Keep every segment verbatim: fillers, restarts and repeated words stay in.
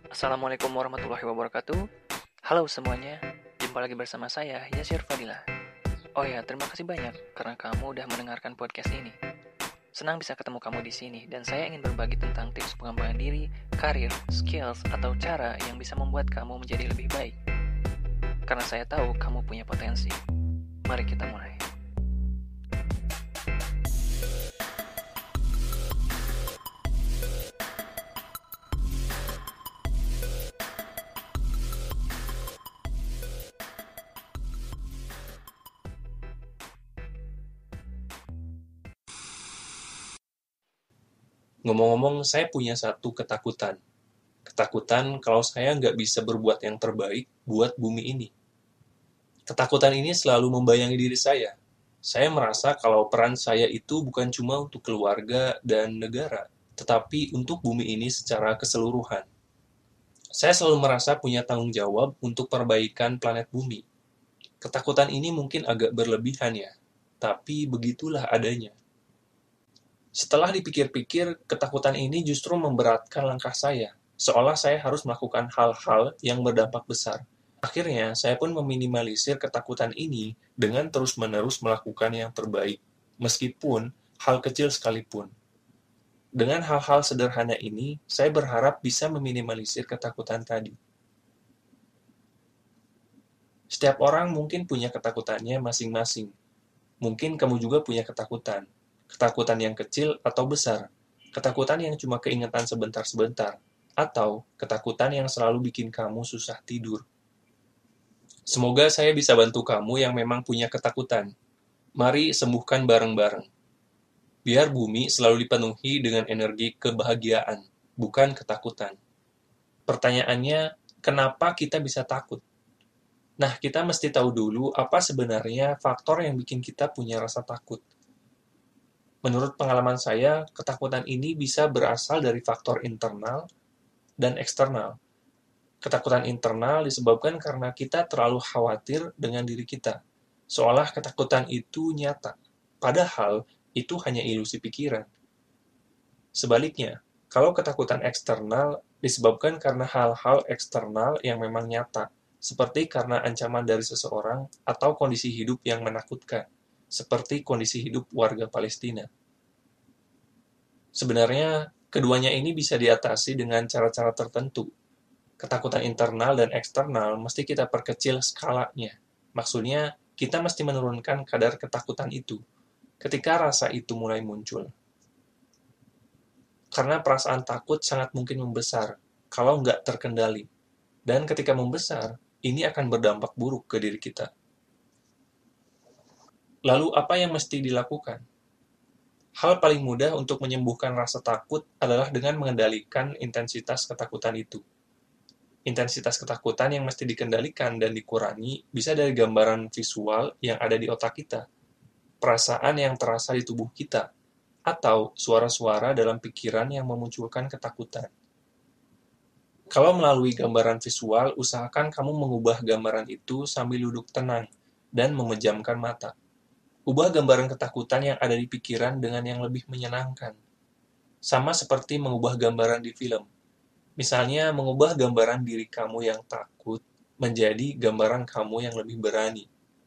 Assalamualaikum warahmatullahi wabarakatuh. Halo semuanya, jumpa lagi bersama saya, Yasir Fadila. Oh ya, terima kasih banyak karena kamu udah mendengarkan podcast ini. Senang bisa ketemu kamu di sini dan saya ingin berbagi tentang tips pengembangan diri, karir, skills, atau cara yang bisa membuat kamu menjadi lebih baik. Karena saya tahu kamu punya potensi. Mari kita mulai. Ngomong-ngomong, saya punya satu ketakutan. Ketakutan kalau saya nggak bisa berbuat yang terbaik buat bumi ini. Ketakutan ini selalu membayangi diri saya. Saya merasa kalau peran saya itu bukan cuma untuk keluarga dan negara, tetapi untuk bumi ini secara keseluruhan. Saya selalu merasa punya tanggung jawab untuk perbaikan planet bumi. Ketakutan ini mungkin agak berlebihan ya, tapi begitulah adanya. Setelah dipikir-pikir, ketakutan ini justru memberatkan langkah saya, seolah saya harus melakukan hal-hal yang berdampak besar. Akhirnya, saya pun meminimalisir ketakutan ini dengan terus-menerus melakukan yang terbaik, meskipun hal kecil sekalipun. Dengan hal-hal sederhana ini, saya berharap bisa meminimalisir ketakutan tadi. Setiap orang mungkin punya ketakutannya masing-masing. Mungkin kamu juga punya ketakutan. Ketakutan yang kecil atau besar, ketakutan yang cuma keingetan sebentar-sebentar, atau ketakutan yang selalu bikin kamu susah tidur. Semoga saya bisa bantu kamu yang memang punya ketakutan. Mari sembuhkan bareng-bareng. Biar bumi selalu dipenuhi dengan energi kebahagiaan, bukan ketakutan. Pertanyaannya, kenapa kita bisa takut? Nah, kita mesti tahu dulu apa sebenarnya faktor yang bikin kita punya rasa takut. Menurut pengalaman saya, ketakutan ini bisa berasal dari faktor internal dan eksternal. Ketakutan internal disebabkan karena kita terlalu khawatir dengan diri kita, seolah ketakutan itu nyata, padahal itu hanya ilusi pikiran. Sebaliknya, kalau ketakutan eksternal disebabkan karena hal-hal eksternal yang memang nyata, seperti karena ancaman dari seseorang atau kondisi hidup yang menakutkan, seperti kondisi hidup warga Palestina. Sebenarnya, keduanya ini bisa diatasi dengan cara-cara tertentu. Ketakutan internal dan eksternal mesti kita perkecil skalanya. Maksudnya, kita mesti menurunkan kadar ketakutan itu ketika rasa itu mulai muncul. Karena perasaan takut sangat mungkin membesar kalau nggak terkendali. Dan ketika membesar, ini akan berdampak buruk ke diri kita. Lalu apa yang mesti dilakukan? Hal paling mudah untuk menyembuhkan rasa takut adalah dengan mengendalikan intensitas ketakutan itu. Intensitas ketakutan yang mesti dikendalikan dan dikurangi bisa dari gambaran visual yang ada di otak kita, perasaan yang terasa di tubuh kita, atau suara-suara dalam pikiran yang memunculkan ketakutan. Kalau melalui gambaran visual, usahakan kamu mengubah gambaran itu sambil duduk tenang dan memejamkan mata. Ubah gambaran ketakutan yang ada di pikiran dengan yang lebih menyenangkan. Sama seperti mengubah gambaran di film. Misalnya, mengubah gambaran diri kamu yang takut menjadi gambaran kamu yang lebih berani.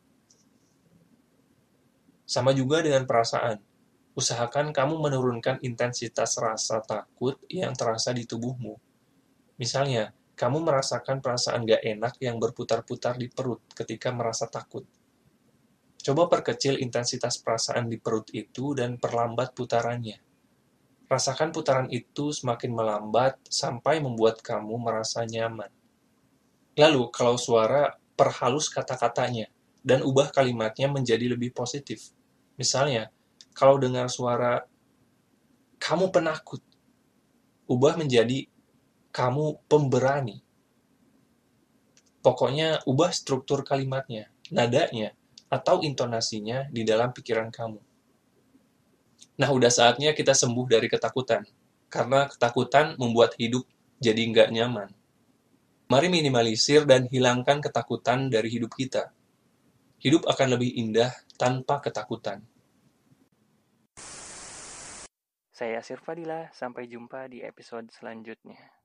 Sama juga dengan perasaan. Usahakan kamu menurunkan intensitas rasa takut yang terasa di tubuhmu. Misalnya, kamu merasakan perasaan gak enak yang berputar-putar di perut ketika merasa takut. Coba perkecil intensitas perasaan di perut itu dan perlambat putarannya. Rasakan putaran itu semakin melambat sampai membuat kamu merasa nyaman. Lalu, kalau suara, perhalus kata-katanya dan ubah kalimatnya menjadi lebih positif. Misalnya, kalau dengar suara kamu penakut, ubah menjadi kamu pemberani. Pokoknya, ubah struktur kalimatnya, nadanya, atau intonasinya di dalam pikiran kamu. Nah, udah saatnya kita sembuh dari ketakutan, karena ketakutan membuat hidup jadi nggak nyaman. Mari minimalisir dan hilangkan ketakutan dari hidup kita. Hidup akan lebih indah tanpa ketakutan. Saya Yasir Fadila, sampai jumpa di episode selanjutnya.